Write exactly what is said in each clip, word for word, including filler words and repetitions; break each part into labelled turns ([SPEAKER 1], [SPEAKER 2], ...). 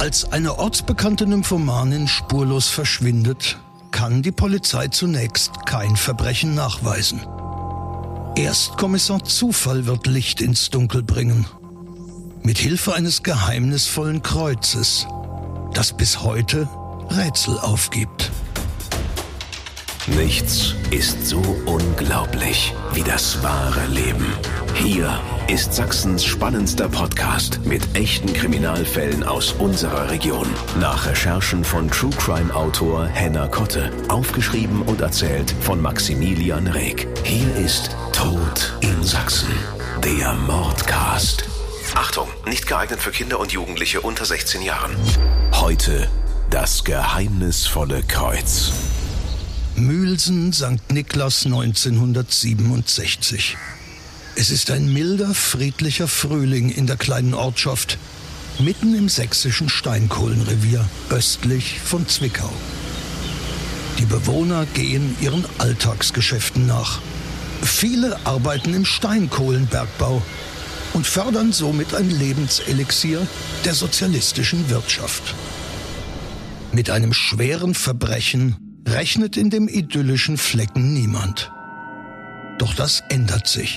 [SPEAKER 1] Als eine ortsbekannte Nymphomanin spurlos verschwindet, kann die Polizei zunächst kein Verbrechen nachweisen. Erst Kommissar Zufall wird Licht ins Dunkel bringen. Mit Hilfe eines geheimnisvollen Kreuzes, das bis heute Rätsel aufgibt.
[SPEAKER 2] Nichts ist so unglaublich wie das wahre Leben. Hier ist Sachsens spannendster Podcast mit echten Kriminalfällen aus unserer Region. Nach Recherchen von True Crime Autor Henner Kotte. Aufgeschrieben und erzählt von Maximilian Reg. Hier ist Tod in Sachsen, der Mordcast. Achtung, nicht geeignet für Kinder und Jugendliche unter sechzehn Jahren. Heute das geheimnisvolle Kreuz.
[SPEAKER 1] Mühlsen, Sankt Niklas, neunzehnhundertsiebenundsechzig. Es ist ein milder, friedlicher Frühling in der kleinen Ortschaft, mitten im sächsischen Steinkohlenrevier, östlich von Zwickau. Die Bewohner gehen ihren Alltagsgeschäften nach. Viele arbeiten im Steinkohlenbergbau und fördern somit ein Lebenselixier der sozialistischen Wirtschaft. Mit einem schweren Verbrechen rechnet in dem idyllischen Flecken niemand. Doch das ändert sich.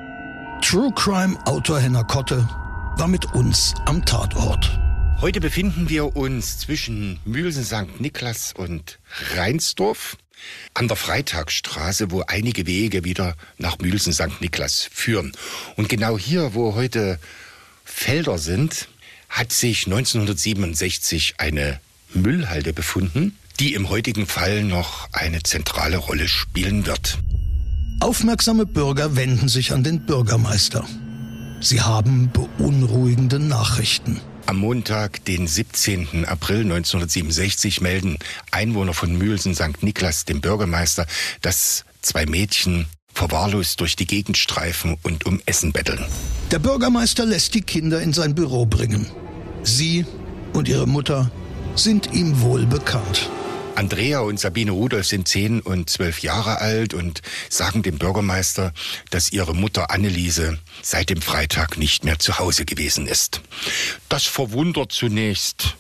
[SPEAKER 1] True Crime Autor Henner Kotte war mit uns am Tatort.
[SPEAKER 3] Heute befinden wir uns zwischen Mühlsen Sankt Niklas und Reinsdorf an der Freitagsstraße, wo einige Wege wieder nach Mühlsen Sankt Niklas führen. Und genau hier, wo heute Felder sind, hat sich neunzehnhundertsiebenundsechzig eine Müllhalde befunden, die im heutigen Fall noch eine zentrale Rolle spielen wird.
[SPEAKER 1] Aufmerksame Bürger wenden sich an den Bürgermeister. Sie haben beunruhigende Nachrichten.
[SPEAKER 3] Am Montag, den siebzehnten April neunzehnhundertsiebenundsechzig, melden Einwohner von Mühlsen Sankt Niklas dem Bürgermeister, dass zwei Mädchen verwahrlost durch die Gegend streifen und um Essen betteln.
[SPEAKER 1] Der Bürgermeister lässt die Kinder in sein Büro bringen. Sie und ihre Mutter sind ihm wohl bekannt.
[SPEAKER 3] Andrea und Sabine Rudolph sind zehn und zwölf Jahre alt und sagen dem Bürgermeister, dass ihre Mutter Anneliese seit dem Freitag nicht mehr zu Hause gewesen ist. Das verwundert zunächst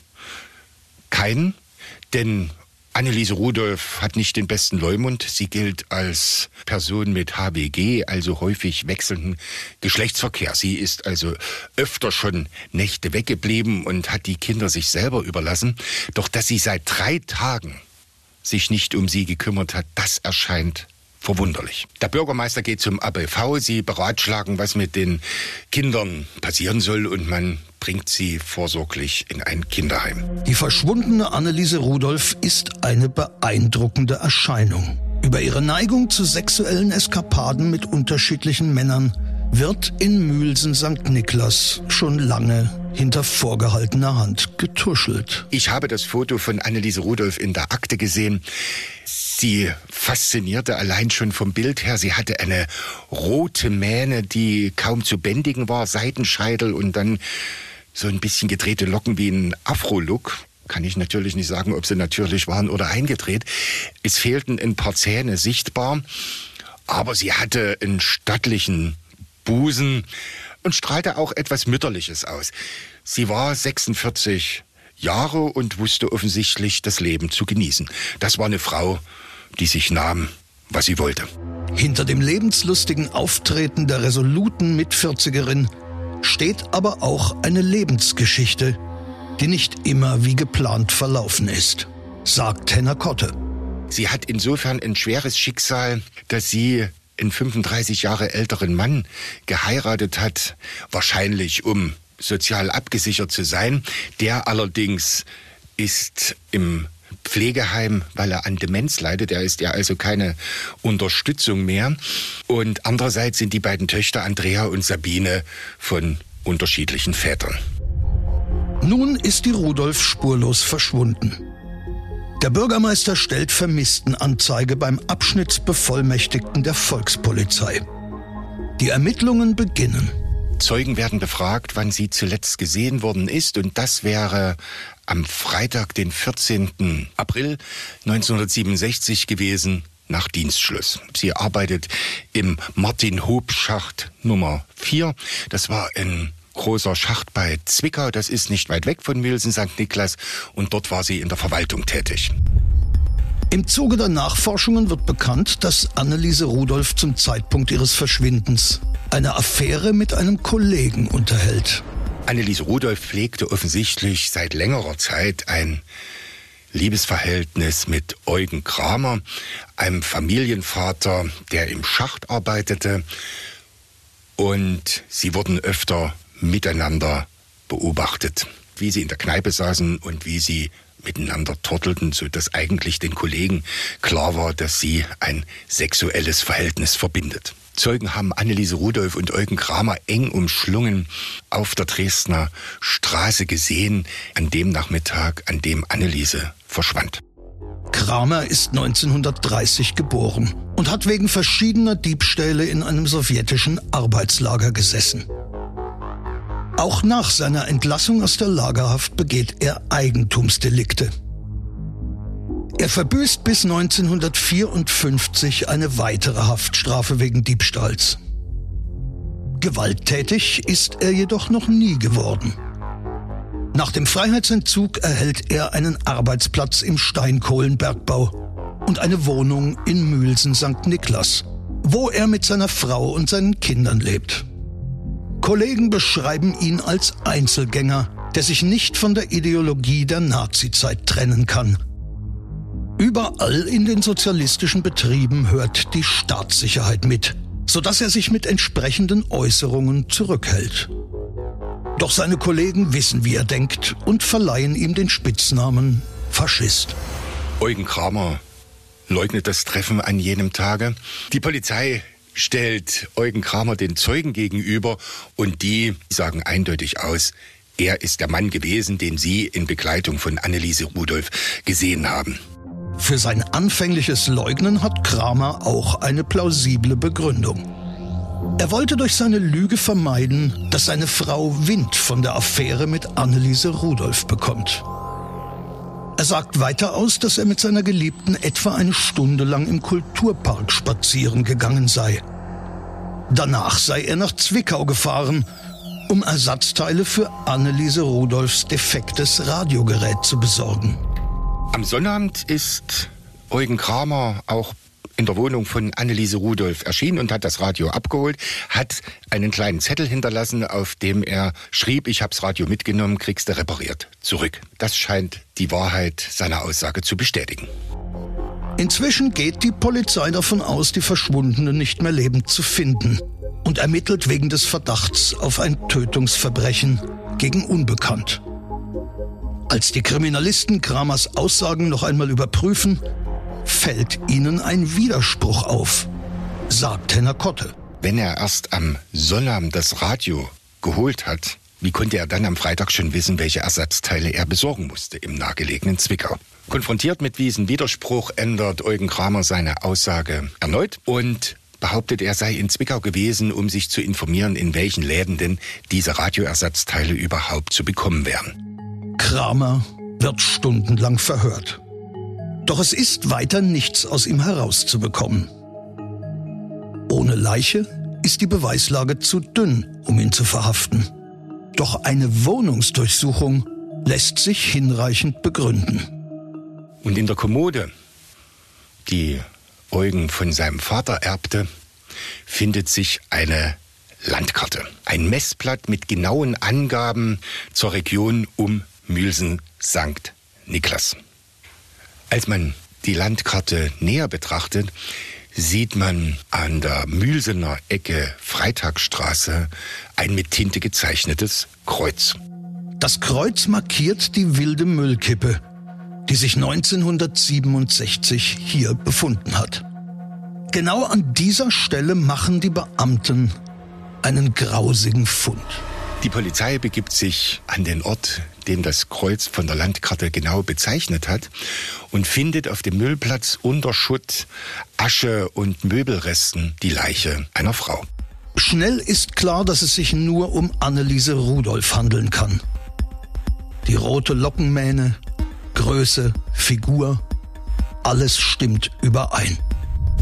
[SPEAKER 3] keinen, denn Anneliese Rudolph hat nicht den besten Leumund. Sie gilt als Person mit H B G, also häufig wechselnden Geschlechtsverkehr. Sie ist also öfter schon Nächte weggeblieben und hat die Kinder sich selber überlassen. Doch dass sie seit drei Tagen sich nicht um sie gekümmert hat, das erscheint verwunderlich. Der Bürgermeister geht zum A B V, sie beratschlagen, was mit den Kindern passieren soll, und man bringt sie vorsorglich in ein Kinderheim.
[SPEAKER 1] Die verschwundene Anneliese Rudolph ist eine beeindruckende Erscheinung. Über ihre Neigung zu sexuellen Eskapaden mit unterschiedlichen Männern wird in Mühlsen Sankt Niklas schon lange hinter vorgehaltener Hand getuschelt.
[SPEAKER 3] Ich habe das Foto von Anneliese Rudolph in der Akte gesehen. Sie faszinierte allein schon vom Bild her. Sie hatte eine rote Mähne, die kaum zu bändigen war, Seitenscheitel und dann so ein bisschen gedrehte Locken wie ein Afro-Look. Kann ich natürlich nicht sagen, ob sie natürlich waren oder eingedreht. Es fehlten ein paar Zähne sichtbar, aber sie hatte einen stattlichen Busen und strahlte auch etwas Mütterliches aus. Sie war sechsundvierzig Jahre und wusste offensichtlich, das Leben zu genießen. Das war eine Frau, die sich nahm, was sie wollte.
[SPEAKER 1] Hinter dem lebenslustigen Auftreten der resoluten Mitvierzigerin steht aber auch eine Lebensgeschichte, die nicht immer wie geplant verlaufen ist, sagt Henner Kotte.
[SPEAKER 3] Sie hat insofern ein schweres Schicksal, dass sie einen fünfunddreißig Jahre älteren Mann geheiratet hat, wahrscheinlich um sozial abgesichert zu sein. Der allerdings ist im Pflegeheim, weil er an Demenz leidet. Er ist ja also keine Unterstützung mehr. Und andererseits sind die beiden Töchter Andrea und Sabine von unterschiedlichen Vätern.
[SPEAKER 1] Nun ist die Rudolph spurlos verschwunden. Der Bürgermeister stellt Vermisstenanzeige beim Abschnittsbevollmächtigten der Volkspolizei. Die Ermittlungen beginnen.
[SPEAKER 3] Zeugen werden befragt, wann sie zuletzt gesehen worden ist, und das wäre am Freitag, den vierzehnten April neunzehnhundertsiebenundsechzig gewesen, nach Dienstschluss. Sie arbeitet im Martin-Hoop-Schacht Nummer vier. Das war ein großer Schacht bei Zwickau, das ist nicht weit weg von Mülsen Sankt Niklas, und dort war sie in der Verwaltung tätig.
[SPEAKER 1] Im Zuge der Nachforschungen wird bekannt, dass Anneliese Rudolph zum Zeitpunkt ihres Verschwindens eine Affäre mit einem Kollegen unterhält.
[SPEAKER 3] Anneliese Rudolph pflegte offensichtlich seit längerer Zeit ein Liebesverhältnis mit Eugen Kramer, einem Familienvater, der im Schacht arbeitete, und sie wurden öfter miteinander beobachtet, wie sie in der Kneipe saßen und wie sie miteinander tortelten, sodass eigentlich den Kollegen klar war, dass sie ein sexuelles Verhältnis verbindet. Zeugen haben Anneliese Rudolph und Eugen Kramer eng umschlungen auf der Dresdner Straße gesehen, an dem Nachmittag, an dem Anneliese verschwand.
[SPEAKER 1] Kramer ist neunzehnhundertdreißig geboren und hat wegen verschiedener Diebstähle in einem sowjetischen Arbeitslager gesessen. Auch nach seiner Entlassung aus der Lagerhaft begeht er Eigentumsdelikte. Er verbüßt bis neunzehnhundertvierundfünfzig eine weitere Haftstrafe wegen Diebstahls. Gewalttätig ist er jedoch noch nie geworden. Nach dem Freiheitsentzug erhält er einen Arbeitsplatz im Steinkohlenbergbau und eine Wohnung in Mülsen Sankt Niklas, wo er mit seiner Frau und seinen Kindern lebt. Kollegen beschreiben ihn als Einzelgänger, der sich nicht von der Ideologie der Nazizeit trennen kann. Überall in den sozialistischen Betrieben hört die Staatssicherheit mit, sodass er sich mit entsprechenden Äußerungen zurückhält. Doch seine Kollegen wissen, wie er denkt, und verleihen ihm den Spitznamen Faschist.
[SPEAKER 3] Eugen Kramer leugnet das Treffen an jenem Tage. Die Polizei stellt Eugen Kramer den Zeugen gegenüber und die sagen eindeutig aus, er ist der Mann gewesen, den sie in Begleitung von Anneliese Rudolph gesehen haben.
[SPEAKER 1] Für sein anfängliches Leugnen hat Kramer auch eine plausible Begründung. Er wollte durch seine Lüge vermeiden, dass seine Frau Wind von der Affäre mit Anneliese Rudolph bekommt. Er sagt weiter aus, dass er mit seiner Geliebten etwa eine Stunde lang im Kulturpark spazieren gegangen sei. Danach sei er nach Zwickau gefahren, um Ersatzteile für Anneliese Rudolphs defektes Radiogerät zu besorgen.
[SPEAKER 3] Am Sonnabend ist Eugen Kramer auch in der Wohnung von Anneliese Rudolph erschienen und hat das Radio abgeholt, hat einen kleinen Zettel hinterlassen, auf dem er schrieb, ich hab's Radio mitgenommen, kriegst du repariert. Zurück. Das scheint die Wahrheit seiner Aussage zu bestätigen.
[SPEAKER 1] Inzwischen geht die Polizei davon aus, die Verschwundene nicht mehr lebend zu finden und ermittelt wegen des Verdachts auf ein Tötungsverbrechen gegen Unbekannt. Als die Kriminalisten Kramers Aussagen noch einmal überprüfen, fällt ihnen ein Widerspruch auf, sagt Henner Kotte.
[SPEAKER 3] Wenn er erst am Sonnabend das Radio geholt hat, wie konnte er dann am Freitag schon wissen, welche Ersatzteile er besorgen musste im nahegelegenen Zwickau? Konfrontiert mit diesem Widerspruch ändert Eugen Kramer seine Aussage erneut und behauptet, er sei in Zwickau gewesen, um sich zu informieren, in welchen Läden denn diese Radioersatzteile überhaupt zu bekommen wären.
[SPEAKER 1] Kramer wird stundenlang verhört. Doch es ist weiter nichts aus ihm herauszubekommen. Ohne Leiche ist die Beweislage zu dünn, um ihn zu verhaften. Doch eine Wohnungsdurchsuchung lässt sich hinreichend begründen.
[SPEAKER 3] Und in der Kommode, die Eugen von seinem Vater erbte, findet sich eine Landkarte. Ein Messblatt mit genauen Angaben zur Region um Mülsen Sankt Niklas. Als man die Landkarte näher betrachtet, sieht man an der Mülsener Ecke Freitagsstraße ein mit Tinte gezeichnetes Kreuz.
[SPEAKER 1] Das Kreuz markiert die wilde Müllkippe, die sich neunzehnhundertsiebenundsechzig hier befunden hat. Genau an dieser Stelle machen die Beamten einen grausigen Fund.
[SPEAKER 3] Die Polizei begibt sich an den Ort, den das Kreuz von der Landkarte genau bezeichnet hat, und findet auf dem Müllplatz unter Schutt, Asche und Möbelresten die Leiche einer Frau.
[SPEAKER 1] Schnell ist klar, dass es sich nur um Anneliese Rudolph handeln kann. Die rote Lockenmähne, Größe, Figur, alles stimmt überein.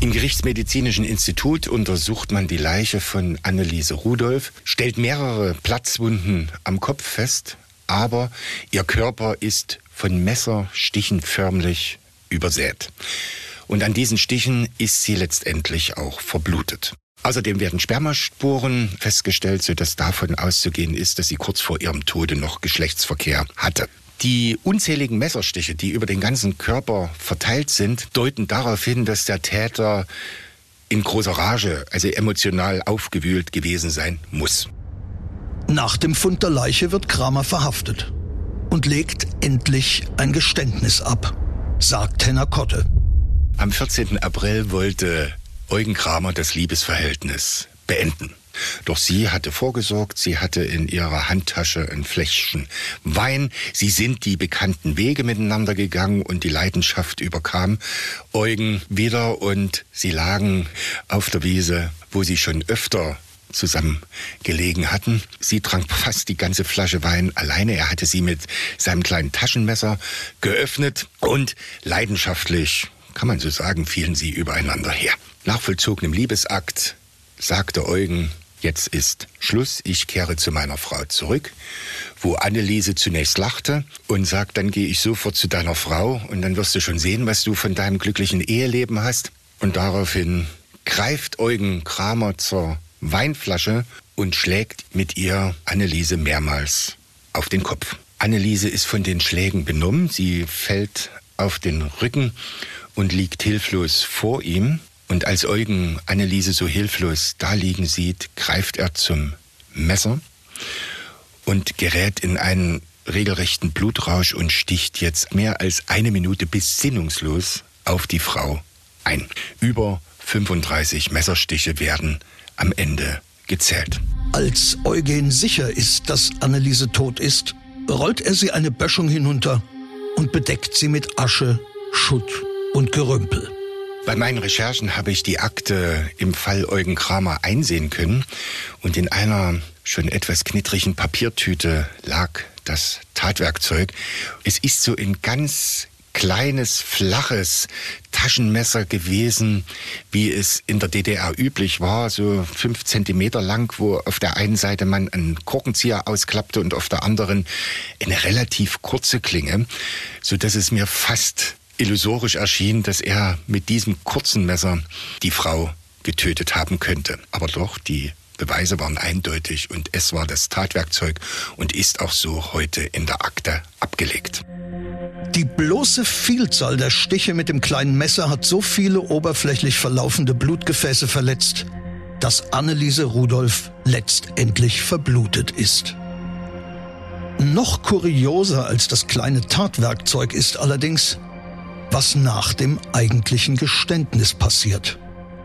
[SPEAKER 3] Im Gerichtsmedizinischen Institut untersucht man die Leiche von Anneliese Rudolph, stellt mehrere Platzwunden am Kopf fest, aber ihr Körper ist von Messerstichen förmlich übersät. Und an diesen Stichen ist sie letztendlich auch verblutet. Außerdem werden Spermaspuren festgestellt, sodass davon auszugehen ist, dass sie kurz vor ihrem Tode noch Geschlechtsverkehr hatte. Die unzähligen Messerstiche, die über den ganzen Körper verteilt sind, deuten darauf hin, dass der Täter in großer Rage, also emotional aufgewühlt gewesen sein muss.
[SPEAKER 1] Nach dem Fund der Leiche wird Kramer verhaftet und legt endlich ein Geständnis ab, sagt Henner Kotte.
[SPEAKER 3] Am vierzehnten April wollte Eugen Kramer das Liebesverhältnis beenden. Doch sie hatte vorgesorgt, sie hatte in ihrer Handtasche ein Fläschchen Wein. Sie sind die bekannten Wege miteinander gegangen und die Leidenschaft überkam Eugen wieder und sie lagen auf der Wiese, wo sie schon öfter zusammen gelegen hatten. Sie trank fast die ganze Flasche Wein alleine. Er hatte sie mit seinem kleinen Taschenmesser geöffnet und leidenschaftlich, kann man so sagen, fielen sie übereinander her. Nach vollzogenem Liebesakt sagte Eugen: Jetzt ist Schluss, ich kehre zu meiner Frau zurück, wo Anneliese zunächst lachte und sagt, dann gehe ich sofort zu deiner Frau und dann wirst du schon sehen, was du von deinem glücklichen Eheleben hast. Und daraufhin greift Eugen Kramer zur Weinflasche und schlägt mit ihr Anneliese mehrmals auf den Kopf. Anneliese ist von den Schlägen benommen, sie fällt auf den Rücken und liegt hilflos vor ihm. Und als Eugen Anneliese so hilflos da liegen sieht, greift er zum Messer und gerät in einen regelrechten Blutrausch und sticht jetzt mehr als eine Minute besinnungslos auf die Frau ein. Über fünfunddreißig Messerstiche werden am Ende gezählt.
[SPEAKER 1] Als Eugen sicher ist, dass Anneliese tot ist, rollt er sie eine Böschung hinunter und bedeckt sie mit Asche, Schutt und Gerümpel.
[SPEAKER 3] Bei meinen Recherchen habe ich die Akte im Fall Eugen Kramer einsehen können und in einer schon etwas knittrigen Papiertüte lag das Tatwerkzeug. Es ist so ein ganz kleines, flaches Taschenmesser gewesen, wie es in der D D R üblich war, so fünf Zentimeter lang, wo auf der einen Seite man einen Korkenzieher ausklappte und auf der anderen eine relativ kurze Klinge, sodass es mir fast illusorisch erschien, dass er mit diesem kurzen Messer die Frau getötet haben könnte. Aber doch, die Beweise waren eindeutig und es war das Tatwerkzeug und ist auch so heute in der Akte abgelegt.
[SPEAKER 1] Die bloße Vielzahl der Stiche mit dem kleinen Messer hat so viele oberflächlich verlaufende Blutgefäße verletzt, dass Anneliese Rudolph letztendlich verblutet ist. Noch kurioser als das kleine Tatwerkzeug ist allerdings, was nach dem eigentlichen Geständnis passiert.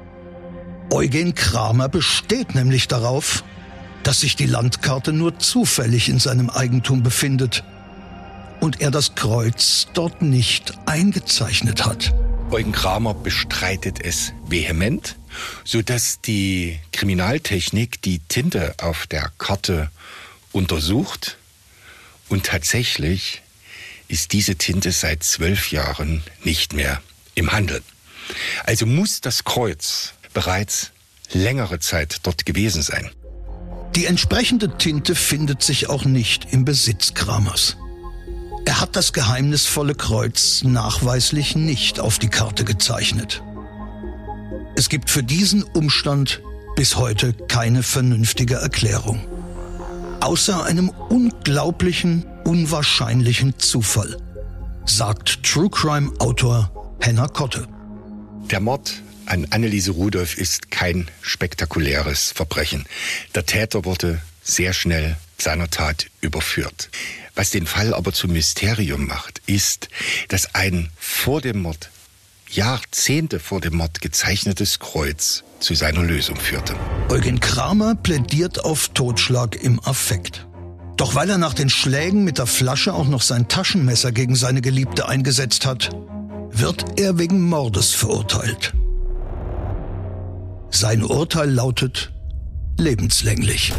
[SPEAKER 1] Eugen Kramer besteht nämlich darauf, dass sich die Landkarte nur zufällig in seinem Eigentum befindet und er das Kreuz dort nicht eingezeichnet hat.
[SPEAKER 3] Eugen Kramer bestreitet es vehement, sodass die Kriminaltechnik die Tinte auf der Karte untersucht und tatsächlich ist diese Tinte seit zwölf Jahren nicht mehr im Handel. Also muss das Kreuz bereits längere Zeit dort gewesen sein.
[SPEAKER 1] Die entsprechende Tinte findet sich auch nicht im Besitz Kramers. Er hat das geheimnisvolle Kreuz nachweislich nicht auf die Karte gezeichnet. Es gibt für diesen Umstand bis heute keine vernünftige Erklärung. Außer einem unglaublichen, unwahrscheinlichen Zufall, sagt True-Crime-Autor Henner Kotte.
[SPEAKER 3] Der Mord an Anneliese Rudolph ist kein spektakuläres Verbrechen. Der Täter wurde sehr schnell seiner Tat überführt. Was den Fall aber zum Mysterium macht, ist, dass ein vor dem Mord, Jahrzehnte vor dem Mord gezeichnetes Kreuz zu seiner Lösung führte.
[SPEAKER 1] Eugen Kramer plädiert auf Totschlag im Affekt. Doch weil er nach den Schlägen mit der Flasche auch noch sein Taschenmesser gegen seine Geliebte eingesetzt hat, wird er wegen Mordes verurteilt. Sein Urteil lautet lebenslänglich.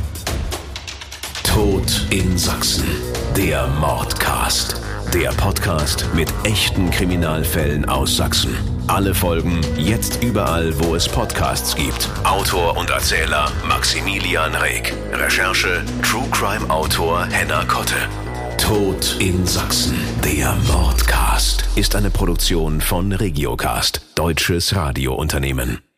[SPEAKER 2] Tod in Sachsen. Der Mordcast. Der Podcast mit echten Kriminalfällen aus Sachsen. Alle Folgen jetzt überall, wo es Podcasts gibt. Autor und Erzähler Maximilian Reg. Recherche True Crime Autor Henna Kotte. Tod in Sachsen. Der Mordcast ist eine Produktion von Regiocast, deutsches Radiounternehmen.